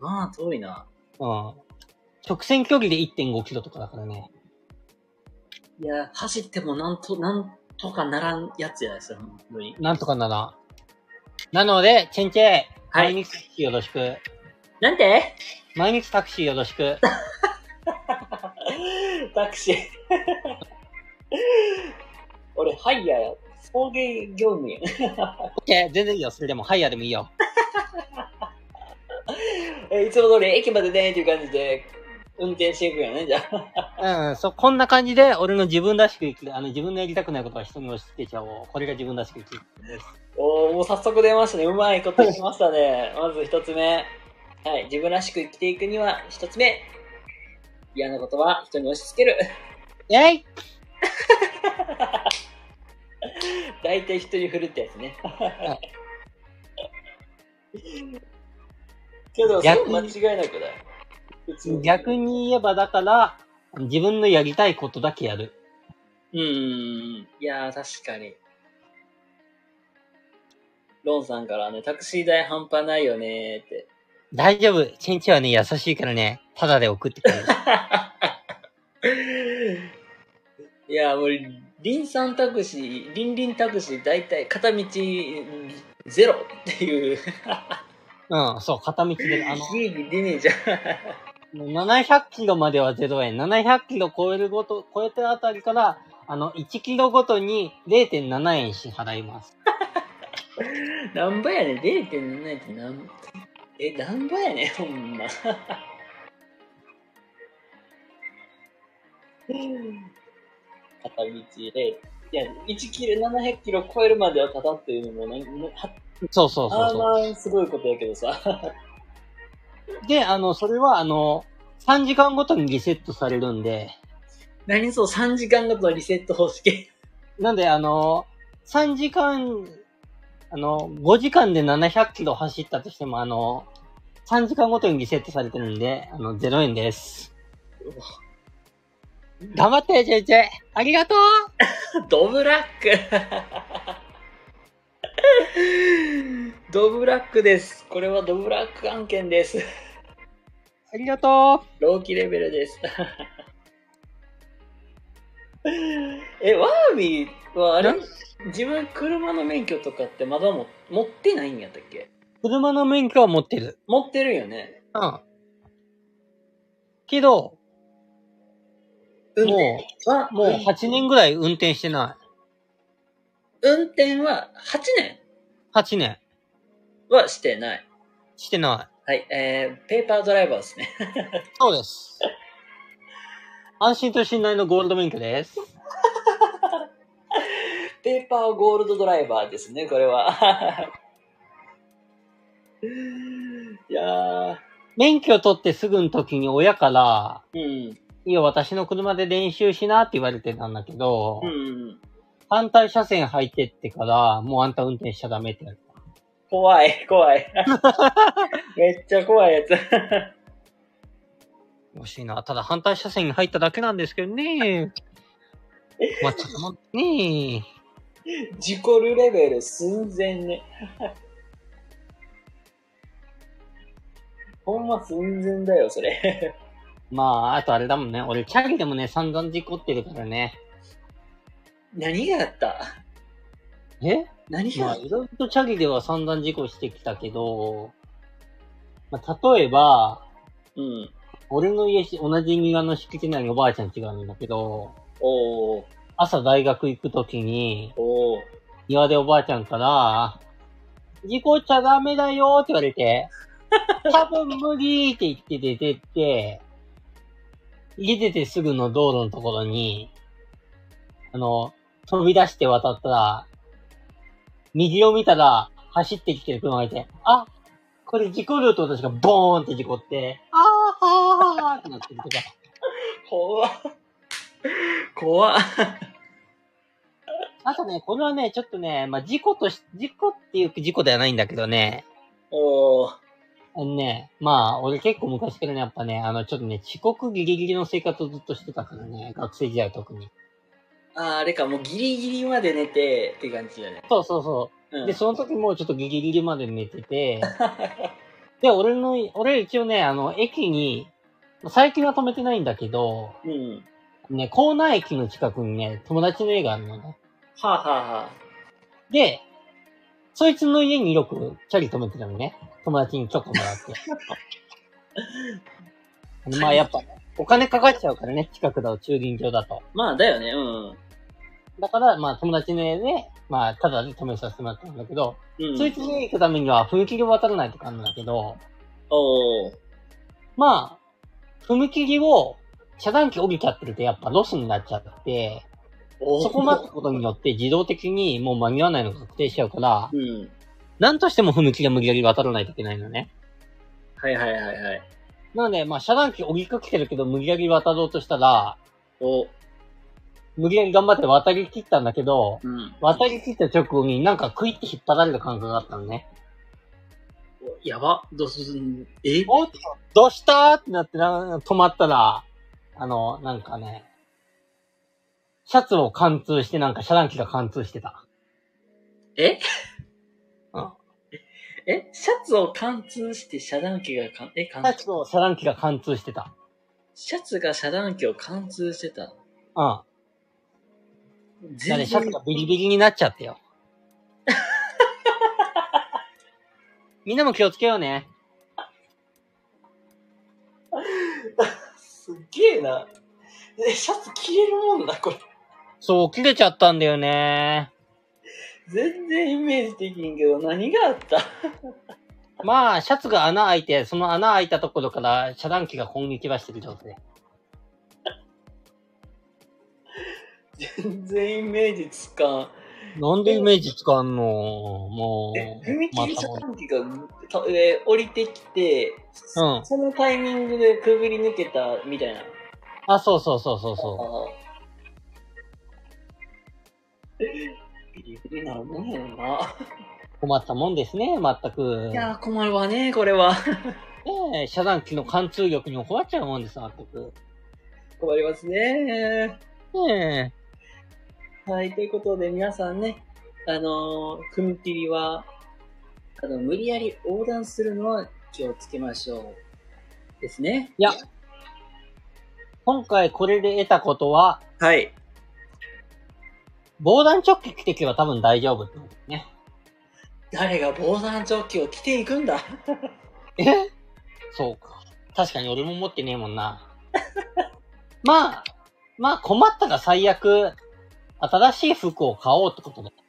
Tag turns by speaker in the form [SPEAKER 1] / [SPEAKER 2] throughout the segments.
[SPEAKER 1] まあ、遠いな。
[SPEAKER 2] うん。直線距離で 1.5 キロとかだからね。
[SPEAKER 1] いや、走ってもなんとかならんやつじゃないですか、本当に。
[SPEAKER 2] なんとかなら。なので、チェンチェ、
[SPEAKER 1] はい。
[SPEAKER 2] 毎日タクシーよろしく。
[SPEAKER 1] なんて
[SPEAKER 2] 毎日タクシーよろしく。
[SPEAKER 1] タクシー。俺、ハイヤーや。送迎業務や。
[SPEAKER 2] オッケー、全然いいよ。それでも、ハイヤーでもいいよ。
[SPEAKER 1] いつも通り駅までねっていう感じで、運転していくよね、じゃあ。
[SPEAKER 2] うん、こんな感じで、俺の自分らしく生きる、自分のやりたくないことは人に押し付けちゃおう。これが自分らしく生きるです。
[SPEAKER 1] もう早速出ましたね。うまいこと言いましたね。まず一つ目。はい。自分らしく生きていくには、一つ目。嫌なことは人に押し付ける。
[SPEAKER 2] えい
[SPEAKER 1] 大体人に振るってやつね。けど、それ間違いなくだよ。
[SPEAKER 2] 逆に言えばだから、自分のやりたいことだけやる。
[SPEAKER 1] いやー、確かに。ロンさんからね、タクシー代半端ないよねーって。
[SPEAKER 2] 大丈夫。チェンチはね、優しいからね、タダで送ってくれ
[SPEAKER 1] る。いや、もう、リンタクシー、だいたい片道ゼロっていう。
[SPEAKER 2] うん、そう、片道で、
[SPEAKER 1] 利益出ねえじゃん。
[SPEAKER 2] 700キロまでは0円。700キロ超えたあたりから、1キロごとに 0.7 円支払います。
[SPEAKER 1] なんぼやねん、0.7 円ってなんぼやねん、ほんま。片道で、いや、1キロ、700キロ超えるまではただっていうのもね、
[SPEAKER 2] そうそうそうそう。
[SPEAKER 1] まあ、すごいことやけどさ。
[SPEAKER 2] で、それは、3時間ごとにリセットされるんで。
[SPEAKER 1] 何そう、3時間ごとのリセット方式。
[SPEAKER 2] なんで、3時間、5時間で700キロ走ったとしても、3時間ごとにリセットされてるんで、0円です。頑張って、ジェイジェイ。ありがとう
[SPEAKER 1] ドブラックドブラックです。これはドブラック案件です。
[SPEAKER 2] ありがと
[SPEAKER 1] う。朗希レベルです。ワービーはあれ自分車の免許とかってまだ持ってないんやったっけ？
[SPEAKER 2] 車の免許は持ってる。
[SPEAKER 1] 持ってるよね。
[SPEAKER 2] うん。けど、もう8年ぐらい運転してない。
[SPEAKER 1] 運転は8年
[SPEAKER 2] ?8 年。
[SPEAKER 1] はしてない。
[SPEAKER 2] してない。
[SPEAKER 1] はい、ペーパードライバーですね。
[SPEAKER 2] そうです。安心と信頼のゴールド免許です。
[SPEAKER 1] ペーパーゴールドドライバーですね、これは。いやー。
[SPEAKER 2] 免許取ってすぐの時に親から、いや、私の車で練習しなって言われてたんだけど、反対車線入ってってから、もうあんた運転しちゃダメって言われた。
[SPEAKER 1] 怖い。めっちゃ怖いやつ。
[SPEAKER 2] 惜しいな。ただ反対車線に入っただけなんですけどね。まあ、ちょっと待ってね。
[SPEAKER 1] 事故るレベル寸前ね。ほんま寸前だよ、それ。
[SPEAKER 2] まあ、あとあれだもんね。俺、チャリでもね、散々事故ってるからね。
[SPEAKER 1] 何があった？何が
[SPEAKER 2] まあ、いろいろとチャリでは散々事故してきたけど、まあ、例えば、俺の家、同じ庭の敷地内におばあちゃん違うんだけど、朝大学行くときに、庭でおばあちゃんから、事故っちゃダメだよって言われて、多分無理って言って出てって、家出てすぐの道路のところに、飛び出して渡ったら、右を見たら、走ってきてる車がいて、あ、これ事故ると私がボーンって事故って、あーってなってるとか。
[SPEAKER 1] 怖っ。
[SPEAKER 2] あとね、これはね、ちょっとね、まあ、事故っていう事故ではないんだけどね。まあ、俺結構昔からね、やっぱね、ちょっとね、遅刻ギリギリの生活をずっとしてたからね、学生時代特に。
[SPEAKER 1] あれか、もうギリギリまで寝てって感じだね。
[SPEAKER 2] そう。で、その時もちょっとギリギリまで寝てて、 で、俺一応ね、駅に、最近は止めてないんだけど、うん。ね、江南駅の近くにね、友達の家があるのね。
[SPEAKER 1] はあ、はあはあ、
[SPEAKER 2] で、そいつの家によくチャリ止めてたのね。友達にちょっともらって。まあやっぱ、お金かかっちゃうからね、近くだと、駐輪場だと。
[SPEAKER 1] まあだよね、うん。
[SPEAKER 2] だから、まあ友達の家で、まあただで止めさせてもらったんだけど、うん、そいつに行くためには踏切を渡らないとかあるんだけど、まあ、踏切を遮断機降りちゃってるとやっぱロスになっちゃって、そこ待つことによって自動的にもう間に合わないのが確定しちゃうから、うん、なんとしても踏切を無理やり渡らないといけないのね。
[SPEAKER 1] はいはいはいはい。
[SPEAKER 2] なので、まあ遮断機降りかけてるけど無理やり渡ろうとしたら、無理やり頑張って渡り切ったんだけど、うん、渡り切った直後になんかクイッて引っ張られる感覚があったのね。
[SPEAKER 1] やば、どう
[SPEAKER 2] したってなって止まったら、なんかね、シャツを貫通してなんか遮断機が貫通してた。
[SPEAKER 1] えシャツを貫通して遮断機が
[SPEAKER 2] シャツを遮断機が貫通してた。
[SPEAKER 1] シャツが遮断機を貫通してた。
[SPEAKER 2] うん。シャツがビリビリになっちゃってよ。みんなも気をつけようね。
[SPEAKER 1] すっげえな。シャツ切れるもんだ、これ。
[SPEAKER 2] そう、切れちゃったんだよね。
[SPEAKER 1] 全然イメージできんけど、何があった
[SPEAKER 2] まあ、シャツが穴開いて、その穴開いたところから遮断機が攻撃はしてる状態。
[SPEAKER 1] 全然イメージつかん。
[SPEAKER 2] なんでイメージつかんのもう。
[SPEAKER 1] 踏切遮断機が、降りてきて、うん、そのタイミングでくぐり抜けたみたいな。
[SPEAKER 2] あ、そう。
[SPEAKER 1] ビリビリなるもんやろな。
[SPEAKER 2] 困ったもんですね、全く。
[SPEAKER 1] いやー、困るわね、これは。
[SPEAKER 2] ねえ、遮断機の貫通力にも困っちゃうもんです、全く。
[SPEAKER 1] 困りますね。
[SPEAKER 2] ね
[SPEAKER 1] え。はい、ということで皆さんね、踏切は、無理やり横断するのは気をつけましょう。ですね。
[SPEAKER 2] いや、今回これで得たことは、
[SPEAKER 1] はい。
[SPEAKER 2] 防弾チョッキ着てけば多分大丈夫ってことですね。
[SPEAKER 1] 誰が防弾チョッキを着ていくんだ
[SPEAKER 2] そうか。確かに俺も持ってねえもんな。まあ困ったら最悪、新しい服を買おうってことで。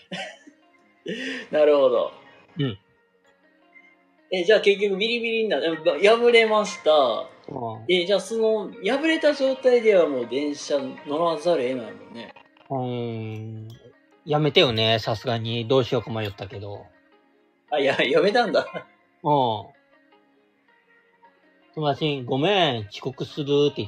[SPEAKER 1] なるほど。
[SPEAKER 2] うん。
[SPEAKER 1] じゃあ結局ビリビリになる。破れました。うん、じゃあその、破れた状態ではもう電車乗らざるを得ないもんね。
[SPEAKER 2] やめてよね、さすがに。どうしようか迷ったけど。
[SPEAKER 1] やめたんだ。
[SPEAKER 2] うん。友達に、ごめん、遅刻するって言った。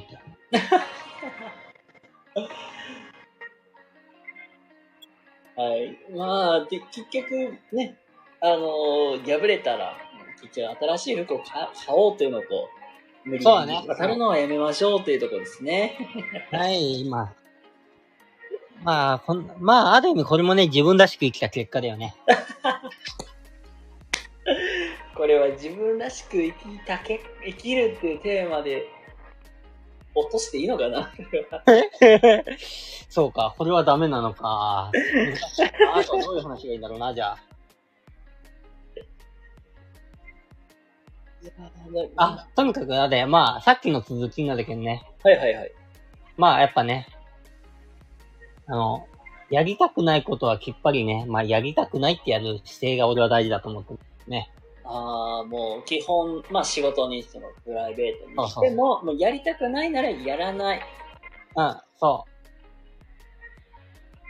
[SPEAKER 1] はい。まあ、結局ね、破れたら、結局新しい服を買おうというのと、無理に渡るのはやめましょうというところですね。
[SPEAKER 2] はい、まあ、ある意味これもね、自分らしく生きた結果だよね。
[SPEAKER 1] これは自分らしく生きるっていうテーマで落としていいのかな
[SPEAKER 2] そうか、これはダメなのか。あとどういう話がいいんだろうな、じゃあ。とにかくまあ、さっきの続きなんだけどね。
[SPEAKER 1] はい。
[SPEAKER 2] まあ、やっぱね、やりたくないことはきっぱりね、まあ、やりたくないってやる姿勢が俺は大事だと思ってるね。
[SPEAKER 1] もう基本、まあ仕事にしてもプライベートにしても、もうやりたくないならやらない。
[SPEAKER 2] うん、そう。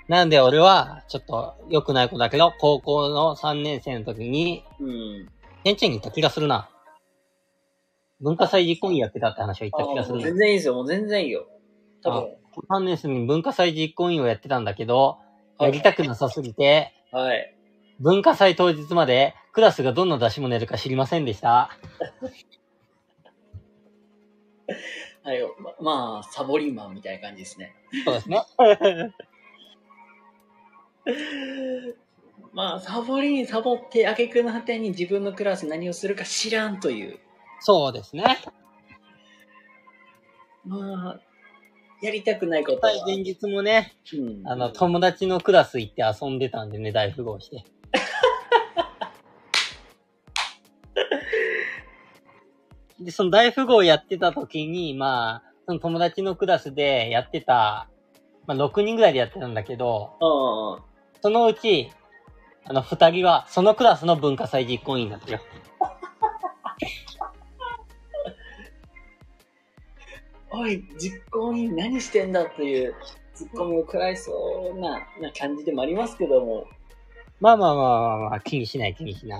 [SPEAKER 2] なんで俺は、ちょっと良くない子だけど、高校の3年生の時に、県知に行った気がするな。文化祭実行委員やってたって話を言った気がするな。
[SPEAKER 1] 全然いいですよ、もう全然いいよ。多分。
[SPEAKER 2] 3年生に文化祭実行委員をやってたんだけど、やりたくなさすぎて、
[SPEAKER 1] はい。
[SPEAKER 2] 文化祭当日までクラスがどんな出し物やるか知りませんでした。
[SPEAKER 1] はい、まあ、サボリマンみたいな感じですね。
[SPEAKER 2] そうですね。
[SPEAKER 1] まあ、サボりにサボって、挙句の果てに自分のクラス何をするか知らんという。
[SPEAKER 2] そうですね。
[SPEAKER 1] まあ、やりたくないことは。
[SPEAKER 2] 前日もね、友達のクラス行って遊んでたんでね、大富豪して。で、その大富豪やってた時に、まあ、その友達のクラスでやってた、まあ、6人ぐらいでやってたんだけど、そのうち、2人は、そのクラスの文化祭実行委員だったよ。
[SPEAKER 1] おい、実行委員何してんだっていう、ツッコミを食らいそうな感じでもありますけども。
[SPEAKER 2] まあ、気にしない。
[SPEAKER 1] 気にしない。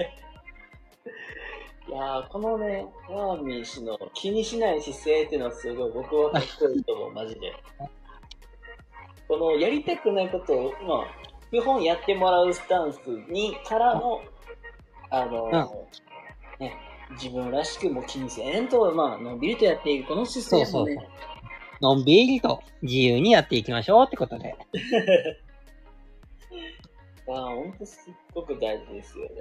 [SPEAKER 1] いやー、このね、ワーミー氏の気にしない姿勢っていうのはすごい僕はかっこいいと思う、マジで。このやりたくないことを、まあ、基本やってもらうスタンスにからの、ね、自分らしくも気にせんと、まあ、のんびりとやっていくこの姿勢もね。そう
[SPEAKER 2] のんびりと自由にやっていきましょうってことで。
[SPEAKER 1] まあ、ほんとすっごく大事ですよね。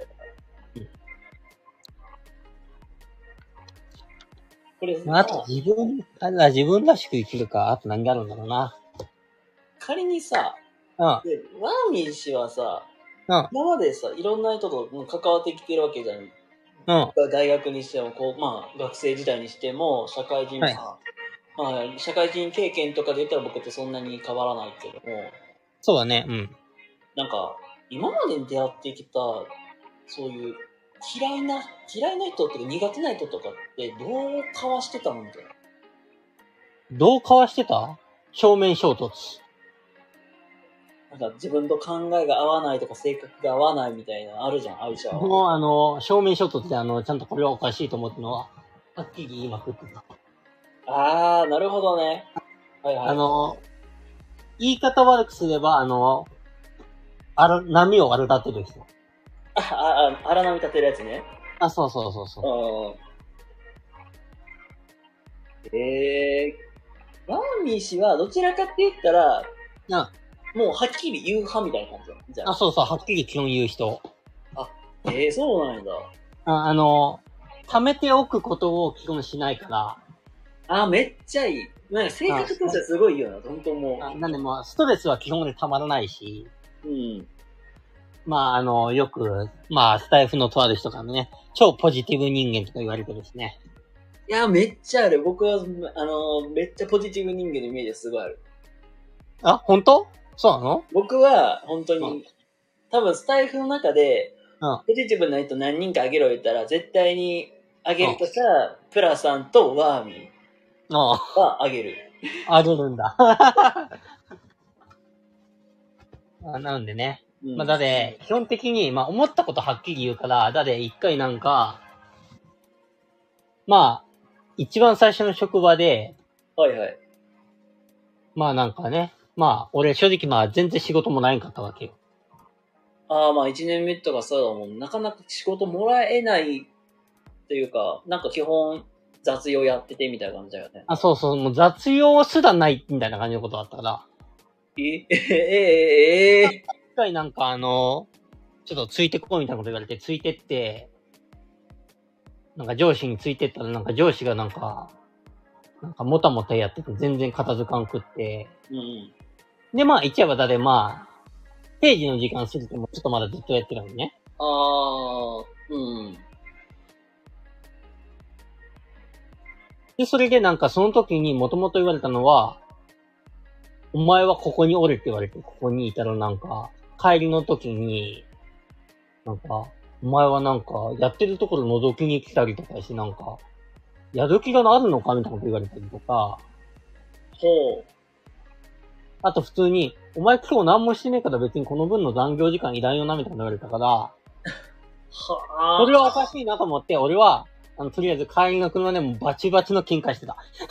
[SPEAKER 1] これ、
[SPEAKER 2] あと自分らしく生きるか、あと何があるんだろうな。
[SPEAKER 1] 仮にさ、ワーミー氏はさ、今までさ、いろんな人と関わってきてるわけじゃん。大学にしても、まあ、学生時代にしても、社会人さ、まあ、社会人経験とかで言ったら僕ってそんなに変わらないけども。
[SPEAKER 2] そうだね、
[SPEAKER 1] なんか、今までに出会ってきた、そういう、嫌いな人っていうか苦手な人とかってどう交わしてたのみたいな。
[SPEAKER 2] どう交わしてた？正面衝突。
[SPEAKER 1] なんか自分と考えが合わないとか性格が合わないみたいなあるじゃん、相性は。
[SPEAKER 2] もう正面衝突でちゃんとこれはおかしいと思ったのは、はっきり言いまくってた。
[SPEAKER 1] あー、なるほどね。はいはい。
[SPEAKER 2] 言い方悪くすれば、波を荒立てる人。
[SPEAKER 1] 荒波立てるやつね。
[SPEAKER 2] そう。
[SPEAKER 1] ワーミー氏はどちらかって言ったら、もうはっきり言う派みたいな感じじゃん。
[SPEAKER 2] そう、はっきり基本言う人。
[SPEAKER 1] そうなんだ。
[SPEAKER 2] 溜めておくことを基本しないから。
[SPEAKER 1] めっちゃいい。なんか性格としてはすごいいいよな、本当もう。
[SPEAKER 2] なんでもう、ストレスは基本で溜まらないし。まあ、よく、まあ、スタイフのとある人からね、超ポジティブ人間とか言われてですね。
[SPEAKER 1] いや、めっちゃある。僕は、めっちゃポジティブ人間のイメージすごいある。
[SPEAKER 2] 本当？そうなの？
[SPEAKER 1] 僕は、本当に、多分スタイフの中で、ポジティブな人何人かあげろ言ったら、絶対にあげるとしたら、プラさんとワーミーはあげる。
[SPEAKER 2] あげるんだ。なんでね。まあ、だって、基本的に、まあ、思ったことはっきり言うから、だって一回なんか、まあ、一番最初の職場で、まあなんかね、まあ、俺正直まあ全然仕事もないんかったわけよ。
[SPEAKER 1] まあ1年目とかそうだもん。なかなか仕事もらえないっていうか、なんか基本雑用やっててみたいな感じだよね。
[SPEAKER 2] そう、もう雑用すらないみたいな感じのことだったから。一回なんかちょっとついてこいみたいなこと言われて、ついてって、なんか上司についてったらなんか上司がなんかもたもたやってて全然片付かんくって。で、まあ、一夜はだでまあ、定時の時間過ぎてもちょっとまだずっとやってるのにね。で、それでなんかその時にもともと言われたのは、お前はここにおれって言われて、ここにいたらなんか、帰りの時に、なんか、お前はなんか、やってるところ覗きに来たりとかしてなんか、やる気があるのかみたいなこと言われたりとか。あと普通に、お前今日何もしてねえから別にこの分の残業時間いらんよなみたいな言われたから、それはおかしいなと思って、俺は、とりあえず帰りの車でもバチバチの喧嘩してた。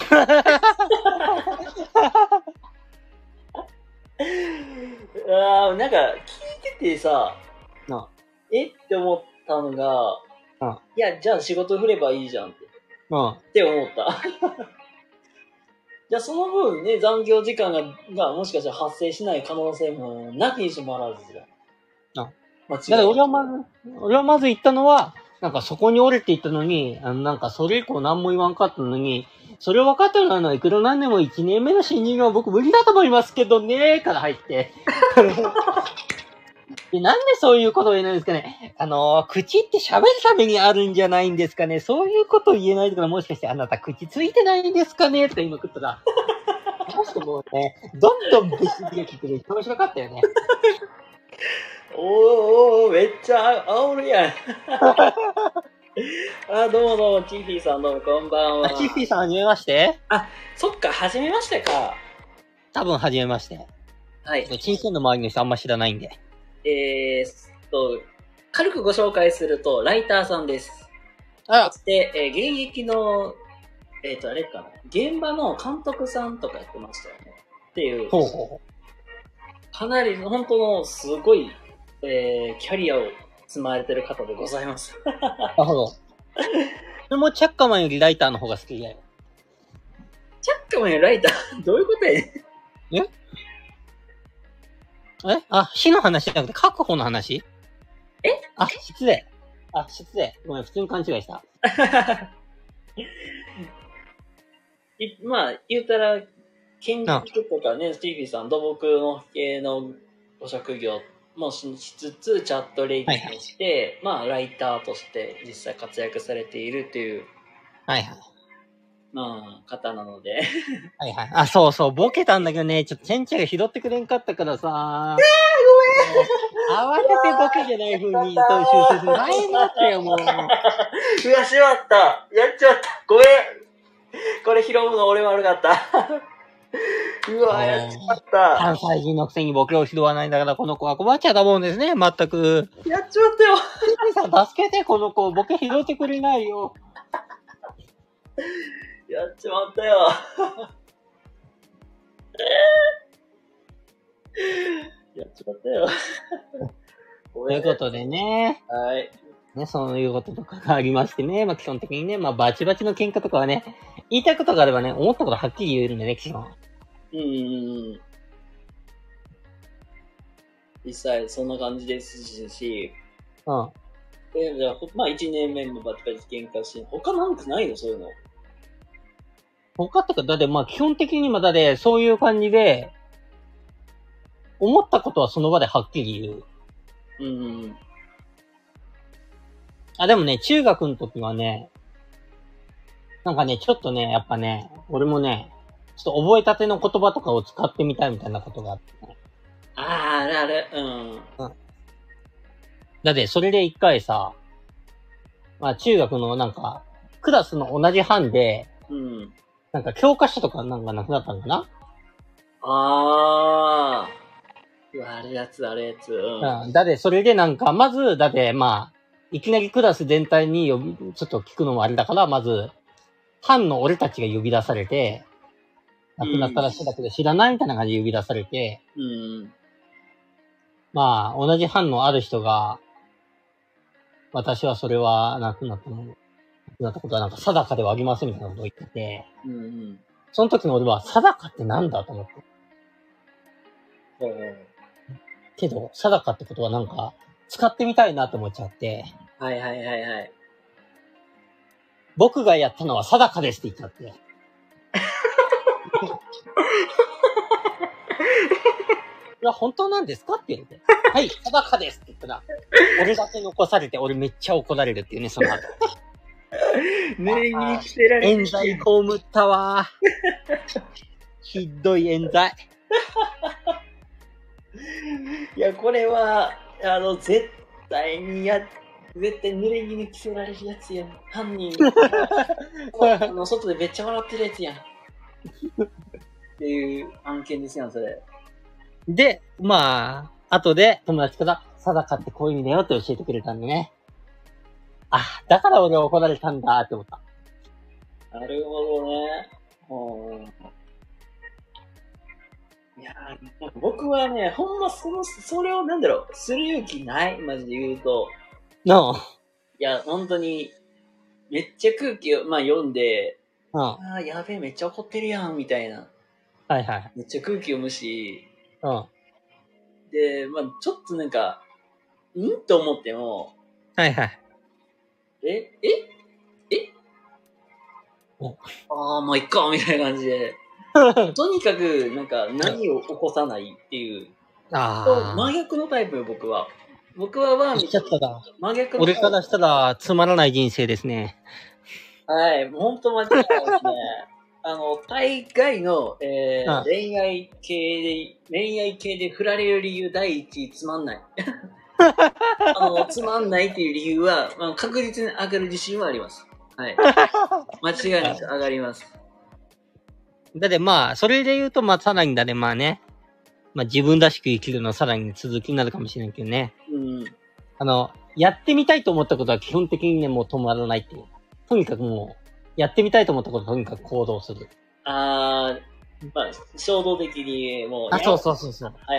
[SPEAKER 1] なんか、聞いててさ、って思ったのが、いや、じゃあ仕事振ればいいじゃんって。って思った。じゃあその分ね、残業時間がもしかしたら発生しない可能性もなきにしもあらずじゃん。
[SPEAKER 2] だから俺はまず言ったのは、なんかそこに折れていったのに、なんかそれ以降何も言わんかったのに、それを分かったのはいくらなんでも1年目の新入は僕無理だと思いますけどねから入って。で、なんでそういうことを言えないんですかね。口って喋るためにあるんじゃないんですかね。そういうことを言えないから、もしかしてあなた口ついてないんですかねって今食ったら。どうしてもうね、どんどんブス出てくる。面白かったよね。
[SPEAKER 1] おー、めっちゃ煽るやん。どうもどうも、チーフィーさんどうもこんばんは。
[SPEAKER 2] チーフィーさんはじめまして。
[SPEAKER 1] そっか、はじめましてか。
[SPEAKER 2] 多分はじめまして。
[SPEAKER 1] はい。
[SPEAKER 2] チンセンの周りの人あんま知らないんで。
[SPEAKER 1] 軽くご紹介すると、ライターさんです。そして、現役の、あれかな、現場の監督さんとかやってましたよね。っていう。
[SPEAKER 2] ほうほう。
[SPEAKER 1] かなり、本当の、すごい、キャリアを積まれてる方でございます。
[SPEAKER 2] なるほど。でも、チャッカマンよりライターの方が好きだよ。
[SPEAKER 1] チャッカマンよりライターどういうことやねん。
[SPEAKER 2] 死の話じゃなくて、確保の話？失礼。ごめん、普通に勘違いした。
[SPEAKER 1] まあ、言うたら、建築とかね、スティービーさん、土木の系のご職業もしつつ、チャットレディとして、まあ、ライターとして実際活躍されているという、まあ、方なので。
[SPEAKER 2] そうそう、ボケたんだけどね、ちょっとチェンチャが拾ってくれんかったからさ。ごめん。慌ててボケじゃない風に修正する。大変だったよ、もう。うわ、
[SPEAKER 1] しまった。やっちまった。ごめん。これ拾うの俺悪かった。うわ、やっちまった。
[SPEAKER 2] 関西人のくせにボケを拾わないんだから、この子は困っちゃったもんですね、まったく。
[SPEAKER 1] やっちまったよ。
[SPEAKER 2] さん、助けて、この子。ボケ拾ってくれないよ。
[SPEAKER 1] やっちまったよ。やっちまったよ。
[SPEAKER 2] ということでね。
[SPEAKER 1] はい。
[SPEAKER 2] ね、そういうこととかがありましてね。まあ基本的にね、まあバチバチの喧嘩とかはね、言いたいことがあればね、思ったことはっきり言えるんでね、基本。
[SPEAKER 1] 実際そんな感じですし。
[SPEAKER 2] じゃあ、
[SPEAKER 1] まあ1年目もバチバチ喧嘩して、他なんかないのそういうの。
[SPEAKER 2] 他ってか、だってまあ基本的にだってそういう感じで、思ったことはその場ではっきり言う。でもね、中学の時はね、なんかね、ちょっとね、やっぱね、俺もね、ちょっと覚えたての言葉とかを使ってみたいみたいなことがあってね。だってそれで一回さ、まあ中学のなんか、クラスの同じ班で、なんか教科書とかなんかなくなったのかな？
[SPEAKER 1] あれやつ。
[SPEAKER 2] だってそれでなんか、まず、だってまあ、いきなりクラス全体にちょっと聞くのもあれだから、まず、班の俺たちが呼び出されて、亡くなったらしいだけど知らないみたいな感じで呼び出されて、まあ、同じ班のある人が、私はそれは亡くなったことはなんか定かではありませんみたいなことを言ってて、その時の俺は定かってなんだと思って。けど、定かってことはなんか、使ってみたいなと思っちゃって。僕がやったのは定かですって言っちゃって。いや、本当なんですかって言われて。はい、定かですって言ったら、俺だけ残されて、俺めっちゃ怒られるっていうね、その後。
[SPEAKER 1] 濡れ着に着せられる。
[SPEAKER 2] 冤罪被ったわ。ひどい冤罪。
[SPEAKER 1] いや、これは、絶対濡れ着に着せられるやつやん。犯人。外でめっちゃ笑ってるやつやん。っていう案件ですやん、それ。
[SPEAKER 2] で、まあ、後で友達から、定かってこういう意味だよって教えてくれたんでね。だから俺は怒られたんだって思った。
[SPEAKER 1] なるほどね。いや僕はね、ほんまそれをする勇気ない、マジで言うと。いや、本当に、めっちゃ空気を、読んで、やべえ、めっちゃ怒ってるやん、みたいな。めっちゃ空気読むし、で、ちょっとなんか、 と思っても、
[SPEAKER 2] はいはい。
[SPEAKER 1] まあ、いっか、みたいな感じで。とにかく、なんか、何を起こさないっていう。真逆のタイプよ、僕は。僕はワーミー。
[SPEAKER 2] 真逆のタイプ。俺からしたら、つまらない人生ですね。
[SPEAKER 1] はい、ほんと間違いないですね。大概の、恋愛系で振られる理由第一位、つまんない。つまんないっていう理由は、確実に上がる自信はあります。はい。間違いなく上がります。
[SPEAKER 2] だってまあ、それで言うと、まあ、さらにだね、まあね。まあ、自分らしく生きるのさらに続きになるかもしれんけどね。やってみたいと思ったことは基本的にね、もう止まらないっていう。とにかくもう、やってみたいと思ったことはとにかく行動する。
[SPEAKER 1] まあ、衝動的にも
[SPEAKER 2] う。そう。
[SPEAKER 1] はい。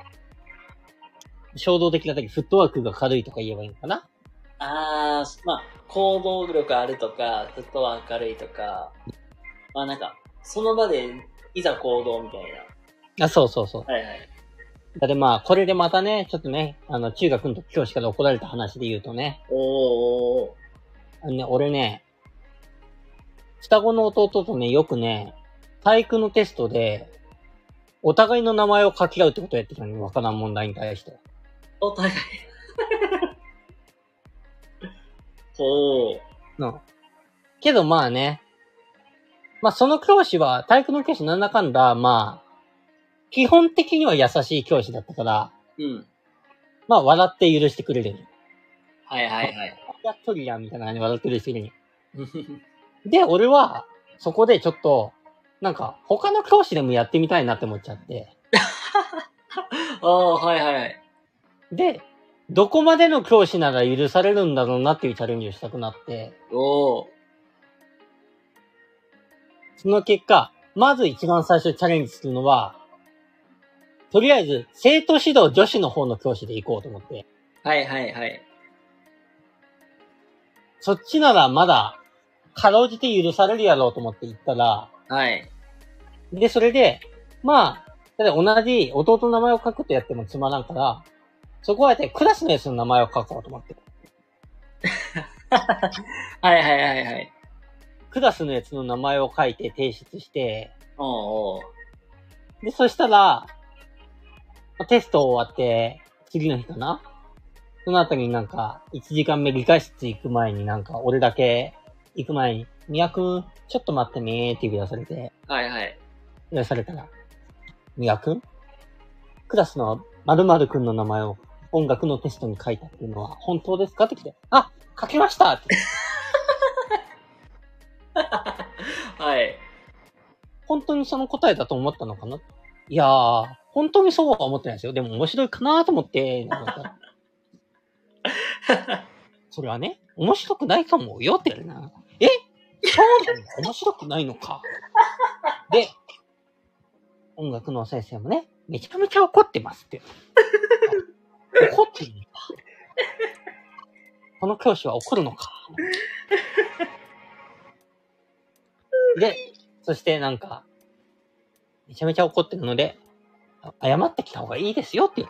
[SPEAKER 2] 衝動的な時、フットワークが軽いとか言えばいいのかな？
[SPEAKER 1] まあ、行動力あるとか、フットワーク軽いとか、まあなんか、その場でいざ行動みたいな。
[SPEAKER 2] そう。
[SPEAKER 1] はいはい。
[SPEAKER 2] だってまあ、これでまたね、ちょっとね、中学の時教師から怒られた話で言うとね。俺ね、双子の弟とね、よくね、体育のテストで、お互いの名前を書き合うってことをやってたのに、わからん問題に対して。
[SPEAKER 1] お互い。ほう。
[SPEAKER 2] けどまあね、まあその教師は、体育の教師なんだかんだ、まあ、基本的には優しい教師だったから、まあ笑って許してくれる。
[SPEAKER 1] はい。
[SPEAKER 2] やっとるやん、みたいな感じで笑って許してくれる。で、俺は、そこでちょっと、なんか、他の教師でもやってみたいなって思っちゃって。
[SPEAKER 1] はい。
[SPEAKER 2] で、どこまでの教師なら許されるんだろうなっていうチャレンジをしたくなって。その結果、まず一番最初にチャレンジするのは、とりあえず、生徒指導女子の方の教師で行こうと思って。
[SPEAKER 1] はい。
[SPEAKER 2] そっちならまだ、かろうじて許されるやろうと思って行ったら、
[SPEAKER 1] はい。
[SPEAKER 2] で、それで、まあ、だって同じ弟の名前を書くとやってもつまらんから、そこはやってクラスのやつの名前を書こうと思って。
[SPEAKER 1] はい。
[SPEAKER 2] クラスのやつの名前を書いて提出して、で、そしたら、テスト終わって、次の日かな？その後になんか、1時間目理科室行く前になんか、俺だけ行く前に、宮君、ちょっと待ってねーって呼び出されて。
[SPEAKER 1] はい。
[SPEAKER 2] 呼び出されたら、宮君？クラスの〇〇君の名前を音楽のテストに書いたっていうのは本当ですかって来て、書きましたって。
[SPEAKER 1] はい。
[SPEAKER 2] 本当にその答えだと思ったのかな？いやー、本当にそうは思ってないですよ。でも面白いかなと思って、それはね、面白くないと思うよって言われな。そうなの？面白くないのか。で、音楽の先生もね、めちゃめちゃ怒ってますって。怒ってるのか。この教師は怒るのか。で、そしてなんか、めちゃめちゃ怒ってるので、謝ってきた方がいいですよっていう。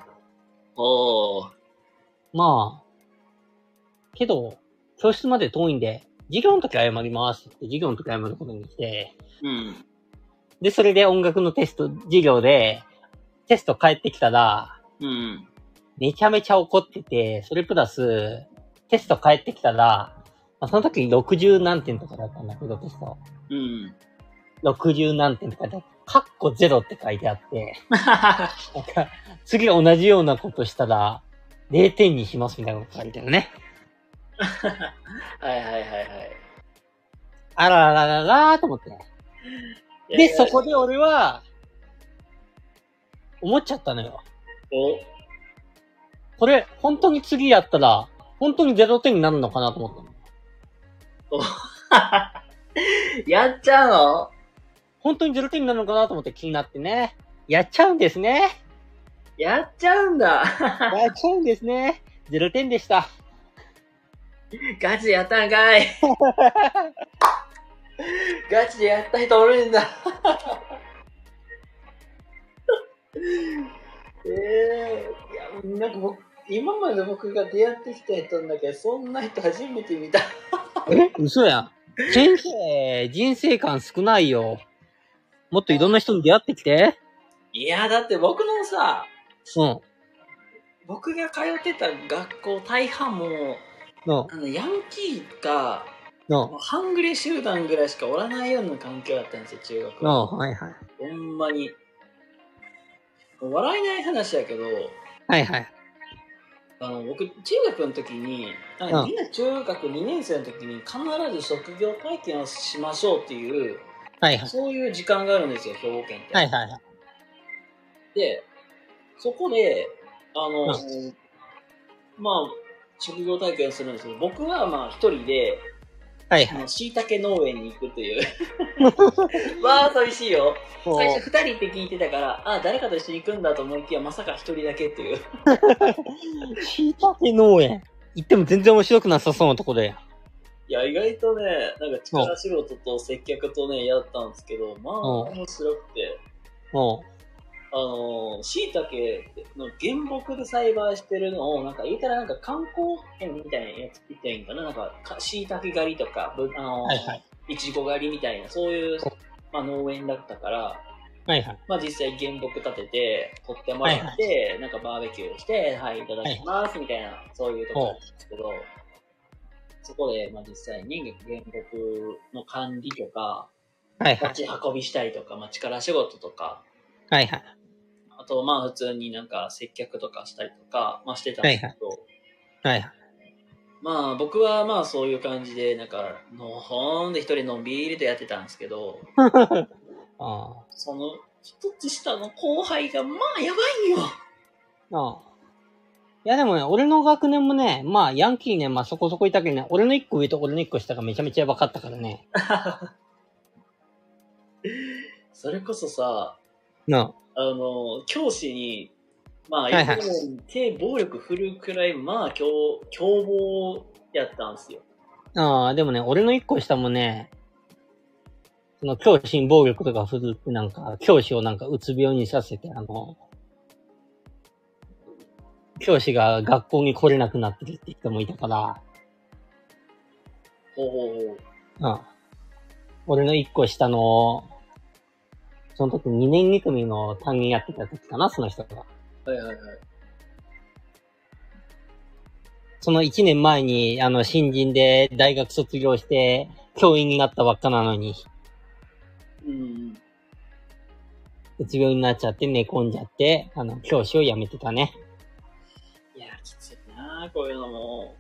[SPEAKER 2] まあ、けど、教室まで遠いんで、授業の時謝りますって授業の時謝ることにして、で、それで音楽のテスト、授業で、テスト帰ってきたら、めちゃめちゃ怒ってて、それプラス、テスト帰ってきたら、その時60何点とかだったんだけど、テスト。60何点とかで、カッコ0って書いてあって、なんか、次同じようなことしたら、0点にしますみたいなこと書いてあるね。
[SPEAKER 1] はい。
[SPEAKER 2] あららららーと思って。で、そこで俺は、思っちゃったのよ。これ、本当に次やったら、本当に0点になるのかなと思ったの。
[SPEAKER 1] やっちゃうの？
[SPEAKER 2] 本当に0点になるのかなと思って気になってね。やっちゃうんですね。
[SPEAKER 1] やっちゃうんだ。
[SPEAKER 2] やっちゃうんですね。0点でした。
[SPEAKER 1] ガチでやったんかい。ガチでやった人おるんだ。いや、なんか僕、 今まで僕が出会ってきた人の中でそんな人初めて見た。
[SPEAKER 2] 嘘やん。先生、人生観少ないよ。もっといろんな人に出会ってきて。
[SPEAKER 1] いや、だって僕のさ、
[SPEAKER 2] うん。
[SPEAKER 1] 僕が通ってた学校大半も、ヤンキーか、半グレ集団ぐらいしかおらないような環境だったんですよ、中学は。
[SPEAKER 2] はいはい。
[SPEAKER 1] ほんまに。笑えない話だけど、
[SPEAKER 2] はいはい。
[SPEAKER 1] 僕、中学の時に、みんな中学2年生の時に必ず職業体験をしましょうっていう、はいはい、そういう時間があるんですよ、兵庫県って。はいはいはい。で、そこで、まあ、職業体験をするんですけど、僕はまあ一人で、はいはい。椎茸農園に行くという。わー、寂しいよ。最初二人って聞いてたから、あ、誰かと一緒に行くんだと思いきや、まさか一人だけっていう。
[SPEAKER 2] 椎茸農園行っても全然面白くなさそうなとこで。
[SPEAKER 1] いや、意外とね、なんか力仕事と接客とね、やったんですけど、まあ、面白くて。椎茸の原木で栽培してるのを、なんか言ったらなんか観光園みたいなやつって言ったらいいんかな、なんか椎茸狩りとか、いちご狩りみたいな、そういう、まあ、農園だったから、はいはい、まあ実際原木立てて、取ってもらって、はいはい、なんかバーベキューして、はい、いただきます、みたいな、そういうところなんですけど、そこで、まあ実際に原木の管理とか、はいはい、持ち運びしたりとか、まあ力仕事とか、はいはい。あと、まあ、普通になんか接客とかしたりとか、まあ、してたんですけど、はいはい。まあ、僕はまあ、そういう感じで、なんか、のほんで一人のんびりとやってたんですけど、その、一つ下の後輩が、まあ、やばいよ。
[SPEAKER 2] いや、でもね、俺の学年もね、まあ、ヤンキーね、まあ、そこそこいたけどね、俺の一個上と俺の一個下がめちゃめちゃやばかったからね。
[SPEAKER 1] それこそさ、教師に、まあ、手暴力振るくらい、まあ、凶暴やったんですよ。
[SPEAKER 2] でもね、俺の一個下もね、その教師に暴力とか振るってなんか、教師をなんかうつ病にさせて、教師が学校に来れなくなってるって人もいたから。俺の一個下の、その時2年2組の担任やってた時かな、その人が。はいはいはい。その1年前に、新人で大学卒業して、教員になったばっかなのに。うつ病になっちゃって寝込んじゃって、教師を辞めてたね。
[SPEAKER 1] いや、きついなこういうのも。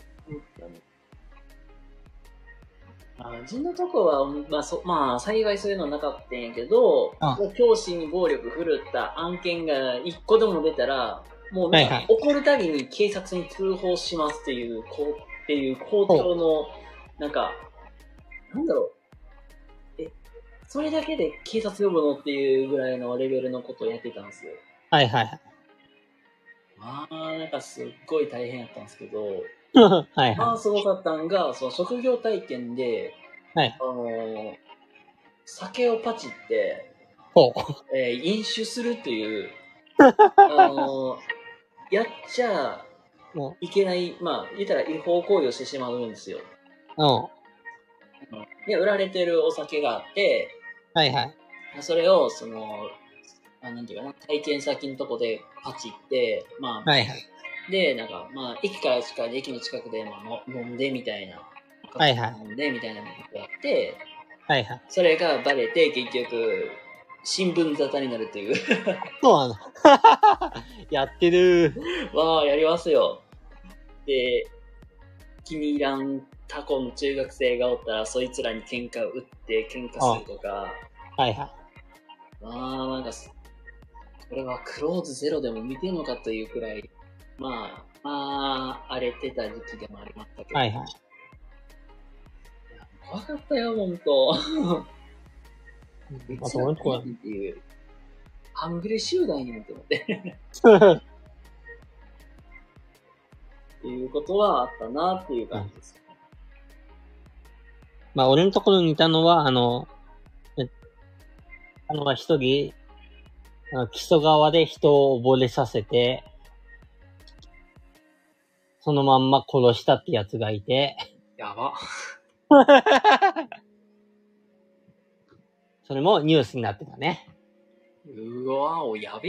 [SPEAKER 1] うちのとこは、まあ、幸いそういうのなかったんやけど、教師に暴力振るった案件が一個でも出たら、もうなんか、怒るたびに警察に通報しますっていう、校長の、なんか、なんだろう。それだけで警察呼ぶのっていうぐらいのレベルのことをやってたんですよ。はいはい。まあ、なんかすっごい大変やったんですけど、はいはい。まあ、すごかったんが、その職業体験で、はい。酒をパチって、飲酒するっていう、やっちゃいけない、まあ、言ったら違法行為をしてしまうんですよ。で、売られてるお酒があって、はいはい。それを、なんていうかな、体験先のとこでパチって、まあ、はいはい。で、なんか、まあ、駅から近い、駅の近くで、まあ、飲んでみたいな。はいはい。飲んでみたいなことやって、はいはい。それがバレて、結局、新聞沙汰になるっていう。そうなの。やってる。わあ、やりますよ。で、気に入らん他校の中学生がおったら、そいつらに喧嘩を打って喧嘩するとか。はいはい。まあ、なんか、これはクローズゼロでも見てんのかというくらい、まあ、荒れてた時期でもありましたけど。はいはい。怖かったよ、ほんと。あと俺とかっていう、半グレ集団やんと思って。っていうことはあったなっていう感じです。まあ、俺のところにいたのは、一人、基礎側で人を溺れさせて、
[SPEAKER 2] そのまんま殺したってやつがいて。
[SPEAKER 1] やば。
[SPEAKER 2] それもニュースになってたね。
[SPEAKER 1] うわお、やべ